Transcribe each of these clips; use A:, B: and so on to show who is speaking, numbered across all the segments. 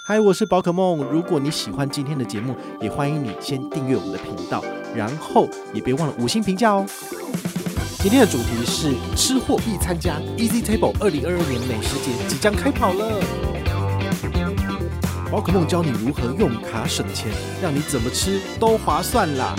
A: 嗨，我是宝可梦。如果你喜欢今天的节目，也欢迎你先订阅我们的频道，然后也别忘了5星评价哦。今天的主题是吃货必参加 Easy Table 2022年美食节即将开跑了。宝可梦教你如何用卡省钱，让你怎么吃都划算啦。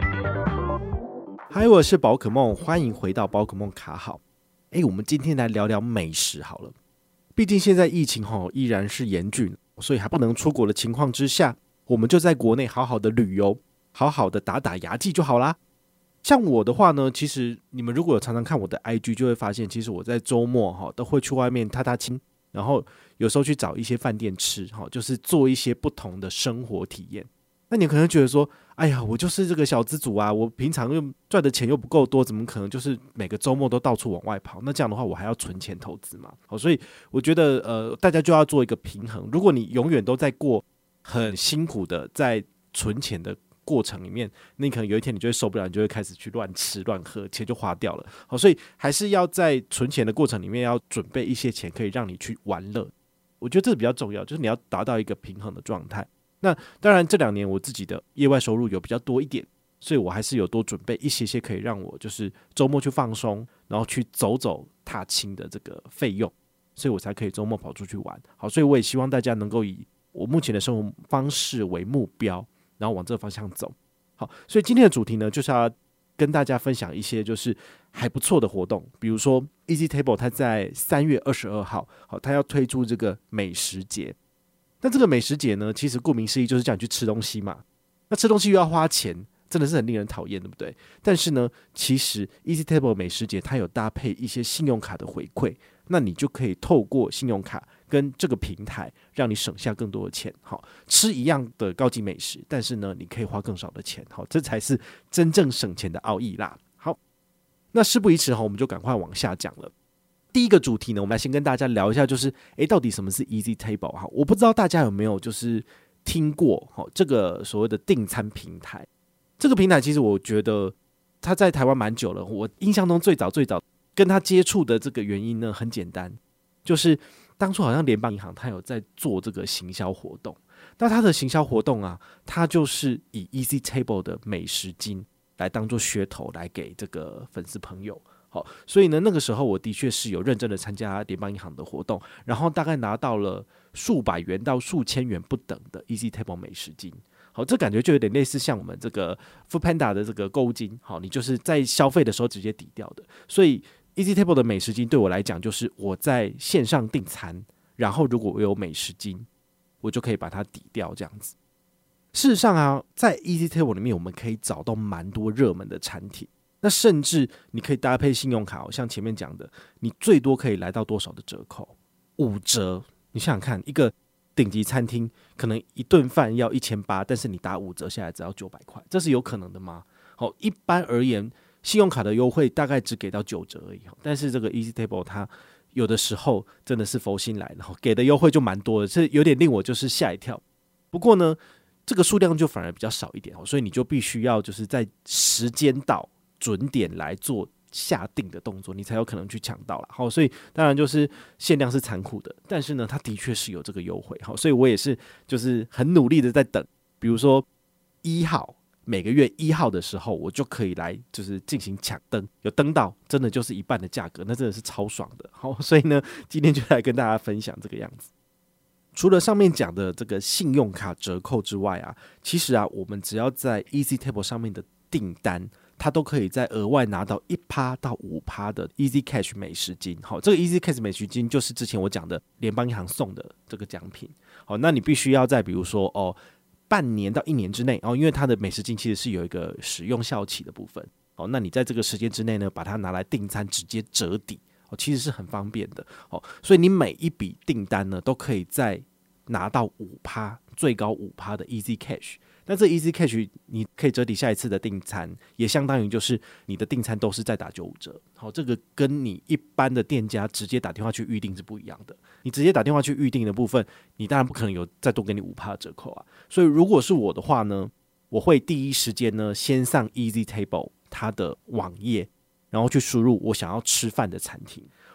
A: 嗨，我是宝可梦，欢迎回到宝可梦卡好。我们今天来聊聊美食好了。毕竟现在疫情依然是严峻，所以还不能出国的情况之下，我们就在国内好好的旅游，好好的打打牙祭就好啦。像我的话呢，其实你们如果有常常看我的 IG 就会发现，其实我在周末都会去外面踏踏青，然后有时候去找一些饭店吃，就是做一些不同的生活体验。那你可能觉得说，哎呀，我就是这个小资族啊，我平常又赚的钱又不够多，怎么可能就是每个周末都到处往外跑？那这样的话，我还要存钱投资嘛？所以我觉得大家就要做一个平衡。如果你永远都在过很辛苦的在存钱的过程里面，那你可能有一天你就会受不了，你就会开始去乱吃乱喝，钱就花掉了。所以还是要在存钱的过程里面要准备一些钱，可以让你去玩乐。我觉得这比较重要，就是你要达到一个平衡的状态。那当然这2年我自己的业外收入有比较多一点，所以我还是有多准备一些可以让我就是周末去放松，然后去走走踏青的这个费用，所以我才可以周末跑出去玩。好，所以我也希望大家能够以我目前的生活方式为目标，然后往这个方向走。好，所以今天的主题呢，就是要跟大家分享一些就是还不错的活动，比如说 Easy Table 它在3月22号，它要推出这个美食节。那这个美食节呢，其实顾名思义就是叫你去吃东西嘛。那吃东西又要花钱，真的是很令人讨厌，对不对？但是呢，其实 Easy Table 美食节它有搭配一些信用卡的回馈，那你就可以透过信用卡跟这个平台，让你省下更多的钱。好，吃一样的高级美食，但是呢，你可以花更少的钱。好，这才是真正省钱的奥义啦。好，那事不宜迟，我们就赶快往下讲了。第一个主题呢，我们来先跟大家聊一下，就是到底什么是 Easy Table？ 哈，我不知道大家有没有就是听过这个所谓的订餐平台。这个平台其实我觉得它在台湾蛮久了，我印象中最早跟它接触的这个原因呢，很简单，就是当初好像联邦银行它有在做这个行销活动，那它的行销活动啊，它就是以 Easy Table 的美食金来当做噱头来给这个粉丝朋友。好，所以呢，那个时候我的确是有认真的参加联邦银行的活动，然后大概拿到了数百元到数千元不等的 Easy Table 美食金。好，这感觉就有点类似像我们这个 Foodpanda 的这个购物金，好，你就是在消费的时候直接抵掉的。所以 Easy Table 的美食金对我来讲，就是我在线上订餐，然后如果我有美食金，我就可以把它抵掉这样子。事实上啊，在 Easy Table 里面，我们可以找到蛮多热门的产品。那甚至你可以搭配信用卡，像前面讲的，你最多可以来到多少的折扣？5折。你想想看，一个顶级餐厅可能一顿饭要1800，但是你打5折下来只要900块，这是有可能的吗？好，一般而言，信用卡的优惠大概只给到9折而已，但是这个 Easy Table 它有的时候真的是佛心来的，给的优惠就蛮多的，这有点令我就是吓一跳。不过呢，这个数量就反而比较少一点，所以你就必须要就是在时间到准点来做下定的动作，你才有可能去抢到啦。好，所以当然就是限量是残酷的，但是呢，它的确是有这个优惠。好，所以我也是就是很努力的在等，比如说1号，每个月1号的时候，我就可以来就是进行抢登，有登到真的就是一半的价格，那真的是超爽的。好，所以呢，今天就来跟大家分享这个样子。除了上面讲的这个信用卡折扣之外啊，其实啊，我们只要在 Easy Table 上面的订单，它都可以再额外拿到1%到5%的 Easy Cash 美食金。好，这个 Easy Cash 美食金就是之前我讲的联邦银行送的这个奖品。好，那你必须要在比如说半年到1年之内，因为它的美食金其实是有一个使用效期的部分。好，那你在这个时间之内呢，把它拿来订餐直接折抵，其实是很方便的。所以你每一笔订单呢，都可以再拿到5%，最高5%的 Easy Cash。那这 Easy Cash 你可以折抵下一次的订餐，也相当于就是你的订餐都是再打95折。好，这个跟你一般的店家直接打电话去预定是不一样的。你直接打电话去预定的部分，你当然不可能有再多给你5%的折扣啊。所以如果是我的话呢，我会第一时间呢先上 Easy Table 它的网页，然后去输入我想要吃饭的餐厅。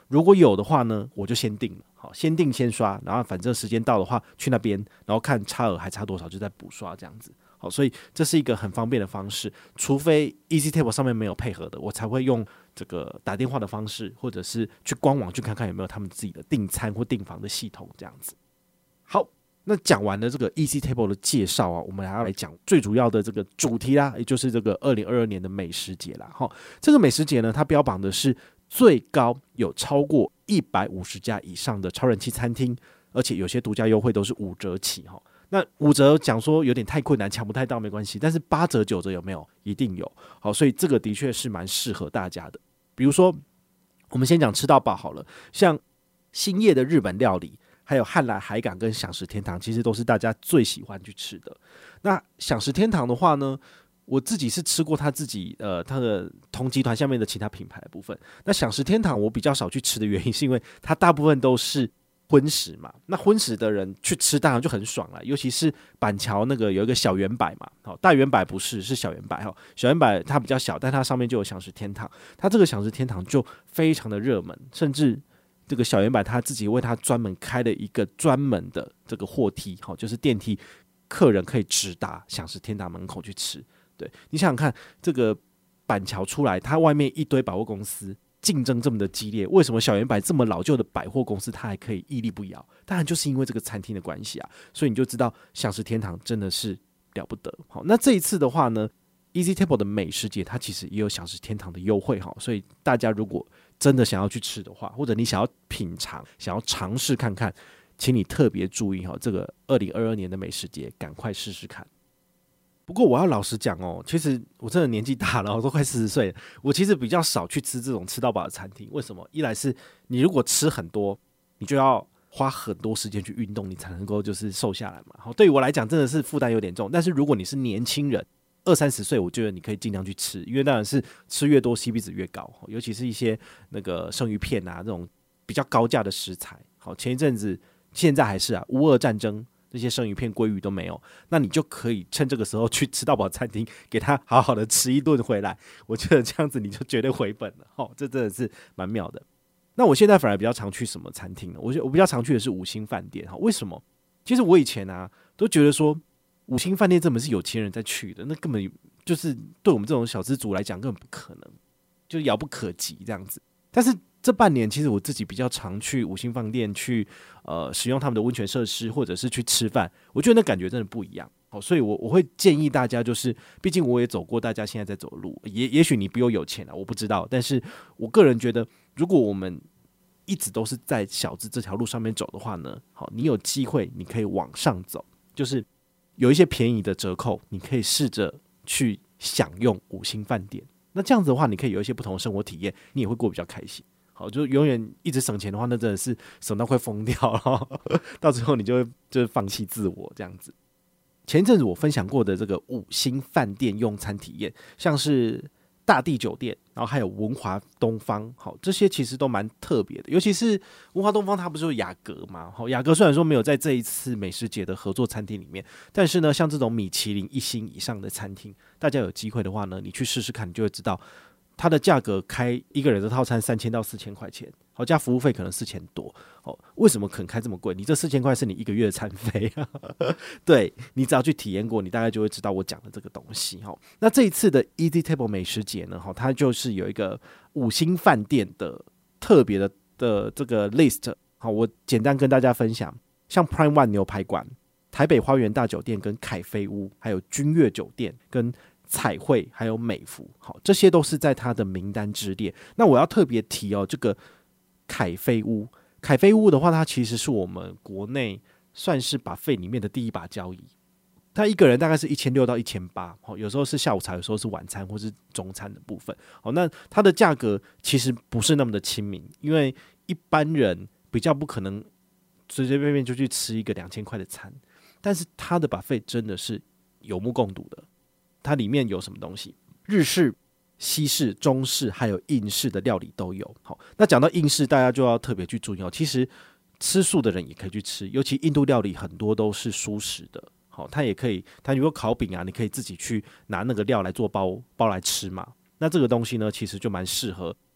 A: 如果有的话呢，我就先订了，好，先订先刷，然后反正时间到的话去那边，然后看差额还差多少就再补刷这样子。好，所以这是一个很方便的方式，除非 EasyTable 上面没有配合的，我才会用这个打电话的方式，或者是去官网去看看有没有他们自己的订餐或订房的系统这样子。好，那讲完了这个 EasyTable 的介绍啊，我们还要来讲最主要的这个主题啦，也就是这个2022年的美食节啦。这个美食节呢，它标榜的是最高有超过150家以上的超人气餐厅，而且有些独家优惠都是5折起哈。那5折讲说有点太困难，抢不太到没关系，但是8折9折有没有？一定有。好，所以这个的确是蛮适合大家的。比如说，我们先讲吃到饱好了，像兴业的日本料理，还有汉来海港跟享食天堂，其实都是大家最喜欢去吃的。那享食天堂的话呢，我自己是吃过他自己他的同集团下面的其他品牌的部分。那享食天堂我比较少去吃的原因，是因为它大部分都是荤食嘛，那荤食的人去吃当然就很爽了，尤其是板桥那个有一个小圆柏嘛，大圆柏不是，是小圆柏哈。小圆柏它比较小，但它上面就有享食天堂，它这个享食天堂就非常的热门，甚至这个小圆柏他自己为他专门开了一个专门的这个货梯，就是电梯，客人可以直达享食天堂门口去吃。对，你想想看，这个板桥出来，它外面一堆百货公司，竞争这么的激烈，为什么小圆柏这么老旧的百货公司它还可以屹立不摇？当然就是因为这个餐厅的关系啊，所以你就知道享食天堂真的是了不得。好，那这一次的话呢，EasyTable 的美食节它其实也有享食天堂的优惠，所以大家如果真的想要去吃的话，或者你想要品尝、想要尝试看看，请你特别注意这个2022年的美食节，赶快试试看。不过我要老实讲其实我真的年纪大了，我都快40岁了，我其实比较少去吃这种吃到饱的餐厅。为什么？一来是你如果吃很多，你就要花很多时间去运动，你才能够就是瘦下来嘛。好，对于我来讲真的是负担有点重。但是如果你是年轻人，20-30岁，我觉得你可以尽量去吃，因为当然是吃越多 CP 值越高，尤其是一些那个生鱼片啊，这种比较高价的食材。好，前一阵子现在还是啊，乌俄战争。这些生鱼片、鲑鱼都没有，那你就可以趁这个时候去吃到饱餐厅，给他好好的吃一顿回来。我觉得这样子你就绝对回本了，这真的是蛮妙的。那我现在反而比较常去什么餐厅呢？我比较常去的是5星饭店。为什么？其实我以前啊都觉得说5星饭店根本是有钱人在去的，那根本就是对我们这种小资族来讲根本不可能，就遥不可及这样子。但是这半年其实我自己比较常去5星饭店去使用他们的温泉设施，或者是去吃饭，我觉得那感觉真的不一样。所以我会建议大家，就是毕竟我也走过大家现在在走的路，也许你比我有钱啊，我不知道，但是我个人觉得，如果我们一直都是在小资这条路上面走的话呢，好，你有机会你可以往上走，就是有一些便宜的折扣，你可以试着去享用5星饭店。那这样子的话，你可以有一些不同的生活体验，你也会过比较开心。好，就永远一直省钱的话，那真的是省到快疯掉了，到最后你就会放弃自我这样子。前一阵子我分享过的这个5星饭店用餐体验，像是大地酒店，然后还有文华东方，好，这些其实都蛮特别的。尤其是文华东方，它不是有雅阁吗？好，雅阁虽然说没有在这一次美食节的合作餐厅里面，但是呢，像这种米其林1星以上的餐厅，大家有机会的话呢，你去试试看，你就会知道。它的价格开一个人的套餐3000到4000块钱，好，加服务费可能4000多。为什么肯开这么贵？你这4000块是你1个月的餐费，对，你只要去体验过，你大概就会知道我讲的这个东西。那这一次的 EasyTable 美食节呢，它就是有一个5星饭店的特别的这个 list。好，我简单跟大家分享，像 Prime One 牛排馆、台北花园大酒店跟凯菲屋，还有君悦酒店跟彩绘还有美孚，好，这些都是在他的名单之列。那我要特别提这个凯菲屋，凯菲屋的话，它其实是我们国内算是buffet里面的第一把交椅。它一个人大概是1600到1800，有时候是下午茶，有时候是晚餐或是中餐的部分。好，那它的价格其实不是那么的亲民，因为一般人比较不可能随随便便就去吃一个2000块的餐，但是它的buffet真的是有目共睹的。它里面有什么东西？日式、西式、中式还有印式的料理都有。好，那讲到印式，大家就要特别去注意其实吃素的人也可以去吃，尤其印度料理很多都是蔬食的。好，它也可以，它如果烤饼啊，你可以自己去拿那个料来做包来吃嘛。那这个东西呢，其实就蛮适合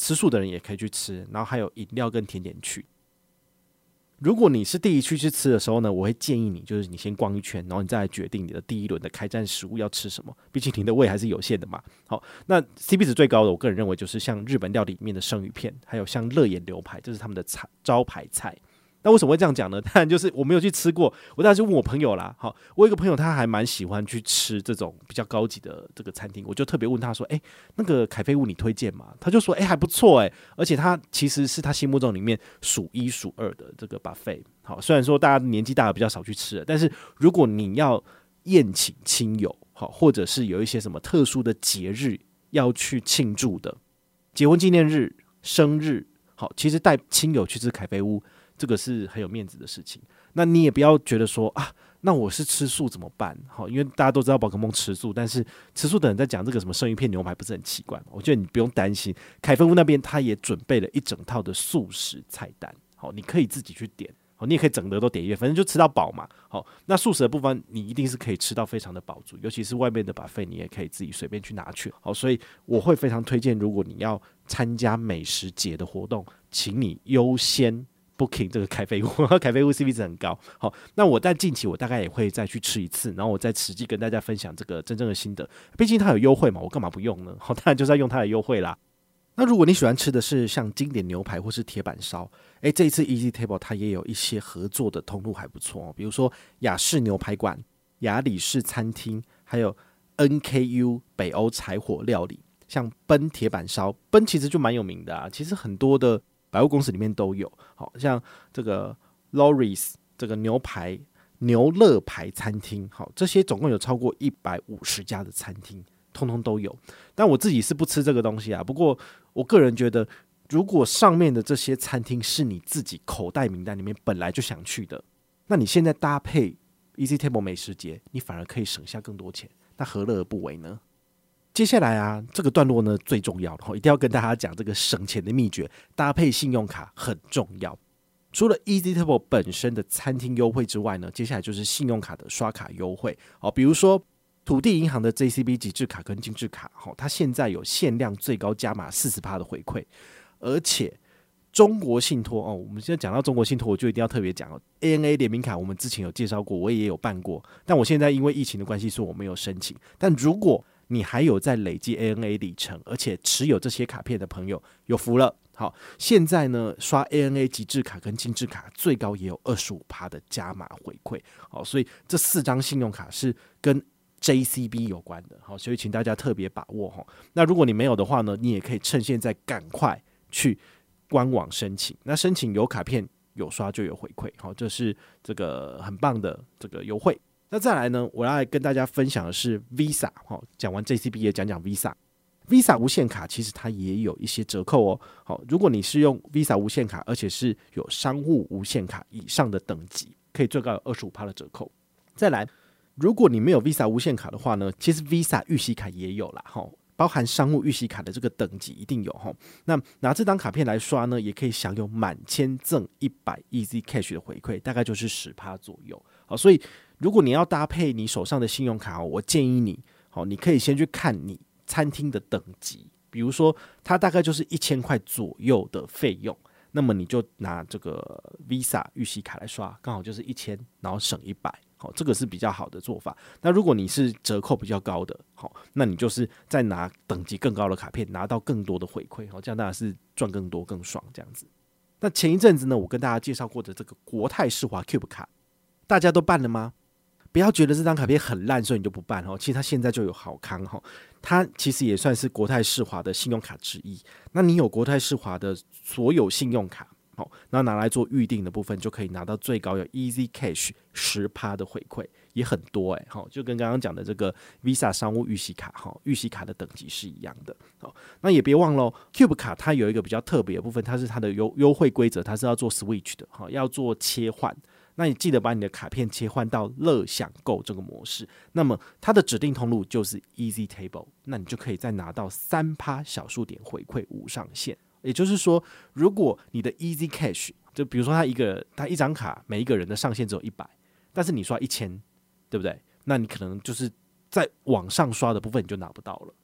A: 吃素的人也可以去吃，然后还有饮料跟甜点区。如果你是第一区去吃的时候呢，我会建议你就是你先逛一圈，然后你再来决定你的第一轮的开战食物要吃什么，毕竟你的胃还是有限的嘛。好，那 CP 值最高的，我个人认为就是像日本料理里面的生鱼片，还有像热眼牛排，这是他们的招牌菜。那为什么会这样讲呢？当然就是我没有去吃过，我当然就问我朋友啦。好，我有一个朋友他还蛮喜欢去吃这种比较高级的这个餐厅，我就特别问他说：“那个凯菲屋你推荐吗？”他就说：“还不错而且他其实是他心目中里面数一数二的这个 buffet。好，虽然说大家年纪大了比较少去吃了，但是如果你要宴请亲友，好，或者是有一些什么特殊的节日要去庆祝的，结婚纪念日、生日，好，其实带亲友去吃凯菲屋。”这个是很有面子的事情，那你也不要觉得说那我是吃素怎么办？好，因为大家都知道宝可梦吃素，但是吃素的人在讲这个什么生鱼片牛排，不是很奇怪吗？我觉得你不用担心，凯菲屋那边他也准备了一整套的素食菜单，好，你可以自己去点，好，你也可以整个都点一遍，反正就吃到饱嘛。好，那素食的部分你一定是可以吃到非常的饱足，尤其是外面的 buffet，你也可以自己随便去拿去。好，所以我会非常推荐，如果你要参加美食节的活动，请你优先booking 这个凯菲屋，凯菲屋 CP 值很高。好，那我在近期我大概也会再去吃一次，然后我再实际跟大家分享这个真正的心得。毕竟它有优惠嘛，我干嘛不用呢？好，当然就是要用它的优惠啦。那如果你喜欢吃的是像经典牛排或是铁板烧，这一次 Easy Table 它也有一些合作的通路还不错比如说雅士牛排馆、雅里士餐厅，还有 NKU 北欧柴火料理，像奔铁板烧，奔其实就蛮有名的其实很多的百货公司里面都有，好像这个 Loris 这个牛乐牌餐厅，好，这些总共有超过150家的餐厅，通通都有。但我自己是不吃这个东西不过我个人觉得，如果上面的这些餐厅是你自己口袋名单里面本来就想去的，那你现在搭配 Easy Table 美食节，你反而可以省下更多钱，那何乐而不为呢？接下来这个段落呢最重要的，一定要跟大家讲这个省钱的秘诀，搭配信用卡很重要。除了 Easy Table 本身的餐厅优惠之外呢，接下来就是信用卡的刷卡优惠。比如说土地银行的 JCB 极致卡跟精致卡，它现在有限量最高加码 40% 的回馈，而且中国信托我们现在讲到中国信托，我就一定要特别讲ANA 联名卡，我们之前有介绍过，我也有办过，但我现在因为疫情的关系，所以我没有申请。但如果你还有在累积 ANA 里程，而且持有这些卡片的朋友，有福了。好，现在呢刷 ANA 极致卡跟精致卡最高也有 25% 的加码回馈。好，所以这4张信用卡是跟 JCB 有关的。好，所以请大家特别把握。那如果你没有的话呢，你也可以趁现在赶快去官网申请。那申请有卡片有刷就有回馈。好，这是这个很棒的这个优惠。那再来呢，我要来跟大家分享的是 Visa。讲完 JCB 也讲讲 Visa。Visa 无限卡其实它也有一些折扣好，如果你是用 Visa 无限卡，而且是有商务无限卡以上的等级，可以最高有 25% 的折扣。再来，如果你没有 Visa 无限卡的话呢，其实 Visa 预习卡也有啦包含商务预习卡的这个等级一定有那拿这张卡片来刷呢，也可以享有满千赠100 Easy Cash 的回馈，大概就是 10% 左右。好，所以如果你要搭配你手上的信用卡我建议你你可以先去看你餐厅的等级，比如说它大概就是1000块左右的费用，那么你就拿这个 Visa 预习卡来刷，刚好就是1000，然后省100。好，这个是比较好的做法。那如果你是折扣比较高的，好，那你就是再拿等级更高的卡片，拿到更多的回馈，好，这样当然是赚更多更爽这样子。那前一阵子呢，我跟大家介绍过的这个国泰世华 Cube 卡，大家都办了吗？不要觉得这张卡片很烂，所以你就不办其实它现在就有好康它其实也算是国泰世华的信用卡之一。那你有国泰世华的所有信用卡，然后拿来做预定的部分，就可以拿到最高有 Easy Cash 10% 的回馈，也很多就跟刚刚讲的这个 Visa 商务预习卡预习卡的等级是一样的。那也别忘了Cube 卡它有一个比较特别的部分，它是它的优惠规则，它是要做 Switch 的要做切换。那你记得把你的卡片切换到乐享购这个模式，那么它的指定通路就是 Easy Table， 那你就可以再拿到 3% 小数点回馈无上限。也就是说，如果你的 Easy Cash， 就比如说他一张卡每一个人的上限只有100，但是你刷1000，对不对？那你可能就是在网上刷的部分你就拿不到了。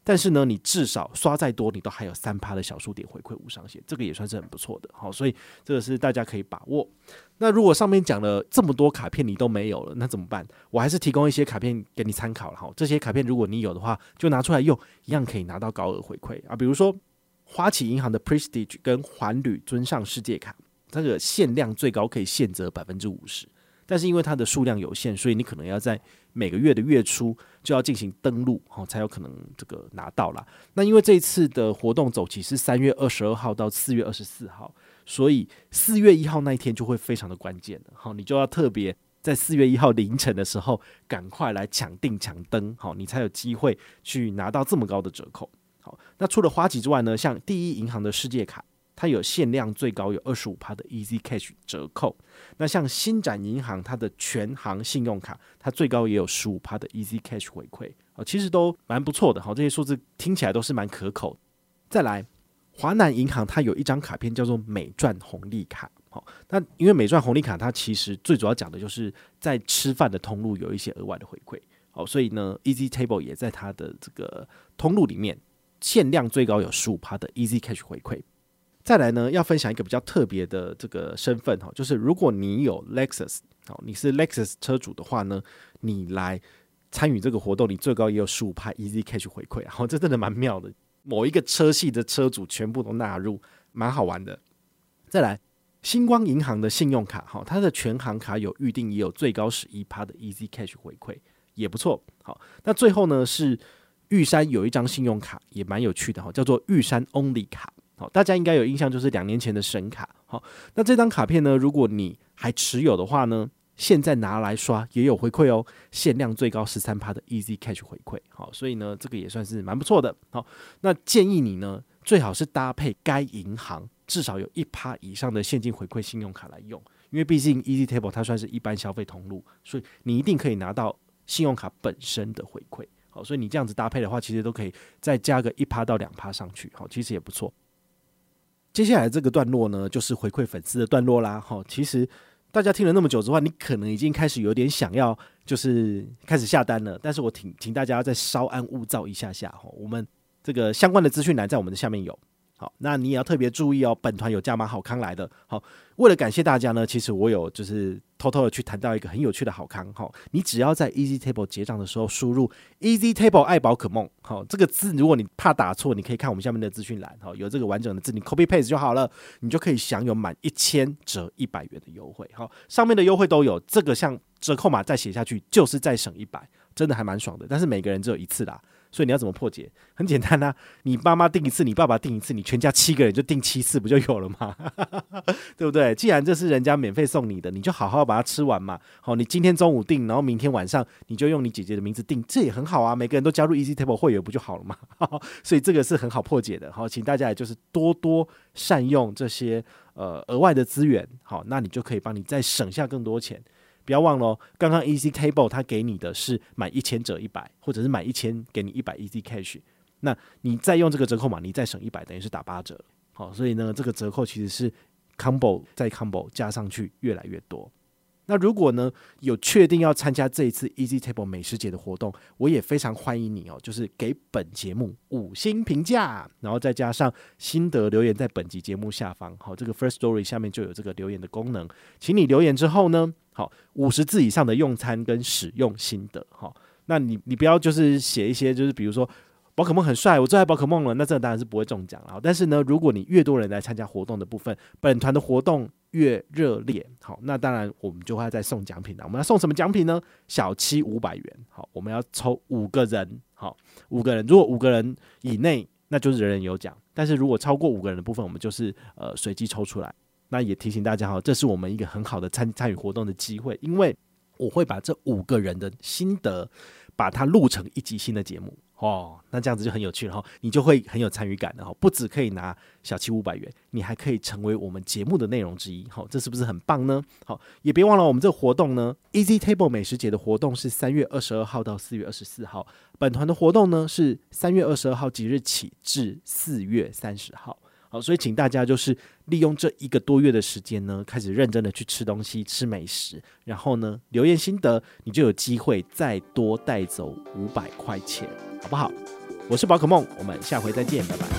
A: 但是呢，你至少刷再多，你都还有3%的小数点回馈无上限，这个也算是很不错的。好，所以这个是大家可以把握。那如果上面讲了这么多卡片你都没有了，那怎么办？我还是提供一些卡片给你参考了。好，这些卡片如果你有的话，就拿出来用，一样可以拿到高额回馈啊。比如说花旗银行的 Prestige 跟环旅尊上世界卡，这个限量最高可以限折50%。但是因为它的数量有限，所以你可能要在每个月的月初就要进行登录，才有可能这个拿到啦。那因为这一次的活动走期是3月22号到4月24号，所以4月1号那一天就会非常的关键了。你就要特别在4月1号凌晨的时候赶快来抢订抢登，你才有机会去拿到这么高的折扣。好，那除了花旗之外呢，像第一银行的世界卡，它有限量最高有 25% 的 Easy Cash 折扣。那像新展银行它的全行信用卡，它最高也有 15% 的 Easy Cash 回馈，其实都蛮不错的，这些数字听起来都是蛮可口。再来，华南银行它有一张卡片叫做美赚红利卡。那因为美赚红利卡它其实最主要讲的就是在吃饭的通路有一些额外的回馈，所以呢 Easy Table 也在它的这个通路里面限量最高有 15% 的 Easy Cash 回馈。再来呢，要分享一个比较特别的这个身份，就是如果你有 Lexus， 你是 Lexus 车主的话呢，你来参与这个活动，你最高也有 15% Easy Cash 回馈，这真的蛮妙的，某一个车系的车主全部都纳入，蛮好玩的。再来，星光银行的信用卡，它的全行卡有预定，也有最高 11% 的 Easy Cash 回馈，也不错。好，那最后呢是玉山有一张信用卡也蛮有趣的，叫做玉山 Only 卡。好，大家应该有印象，就是2年前的神卡。好，那这张卡片呢，如果你还持有的话呢，现在拿来刷也有回馈哦，限量最高 13% 的 Easy Cash 回馈。好，所以呢，这个也算是蛮不错的。好，那建议你呢，最好是搭配该银行至少有 1% 以上的现金回馈信用卡来用，因为毕竟 Easy Table 它算是一般消费通路，所以你一定可以拿到信用卡本身的回馈。好，所以你这样子搭配的话，其实都可以再加个 1% 到 2% 上去。好，其实也不错。接下来这个段落呢，就是回馈粉丝的段落啦。其实大家听了那么久之后，你可能已经开始有点想要，就是开始下单了。但是我请大家再稍安勿躁一下下。我们这个相关的资讯栏在我们的下面有。好，那你也要特别注意哦，本团有加码好康来的。好，为了感谢大家呢，其实我有就是偷偷的去谈到一个很有趣的好康。你只要在 Easy Table 结账的时候输入 Easy Table 爱宝可梦，这个字如果你怕打错，你可以看我们下面的资讯栏，有这个完整的字，你 copy paste 就好了，你就可以享有满1000折100元的优惠。上面的优惠都有，这个像折扣码再写下去就是再省100，真的还蛮爽的。但是每个人只有一次啦。所以你要怎么破解？很简单啊，你妈妈订一次，你爸爸订一次，你全家7个人就订7次，不就有了吗？对不对？既然这是人家免费送你的，你就好好把它吃完嘛。好，你今天中午订，然后明天晚上你就用你姐姐的名字订，这也很好啊。每个人都加入 Easy Table 会员不就好了吗？所以这个是很好破解的。好，请大家也就是多多善用这些额外的资源。好，那你就可以帮你再省下更多钱。不要忘了刚刚 Easy Table 它给你的是满1000折100，或者是满1000给你100 Easy Cash， 那你再用这个折扣码，你再省100，等于是打8折。好，所以呢，这个折扣其实是 Combo 再 Combo 加上去越来越多。那如果呢有确定要参加这一次 Easy Table 美食节的活动，我也非常欢迎你就是给本节目5星评价，然后再加上心得留言在本集节目下方。好，这个 First Story 下面就有这个留言的功能，请你留言之后呢，好50字以上的用餐跟使用心得。好，那你不要就是写一些就是比如说宝可梦很帅，我最爱宝可梦了，那这当然是不会中奖了。但是呢，如果你越多人来参加活动的部分，本团的活动越热烈，好，那当然我们就会再送奖品了。我们要送什么奖品呢？小七500元，好，我们要抽5个人，好，5个人，如果5个人以内，那就是人人有奖。但是如果超过5个人的部分，我们就是随机抽出来。那也提醒大家这是我们一个很好的参与活动的机会，因为我会把这5个人的心得把它录成1集新的节目。那这样子就很有趣了，你就会很有参与感的，不只可以拿小七500元，你还可以成为我们节目的内容之一，这是不是很棒呢？好，也别忘了我们这个活动呢 Easy Table 美食节的活动是3月22号到4月24号，本团的活动呢是3月22号即日起至4月30号。好，所以请大家就是利用这1个多月的时间呢，开始认真的去吃东西、吃美食，然后呢留言心得，你就有机会再多带走500块钱，好不好？ 我是宝可梦，我们下回再见，拜拜。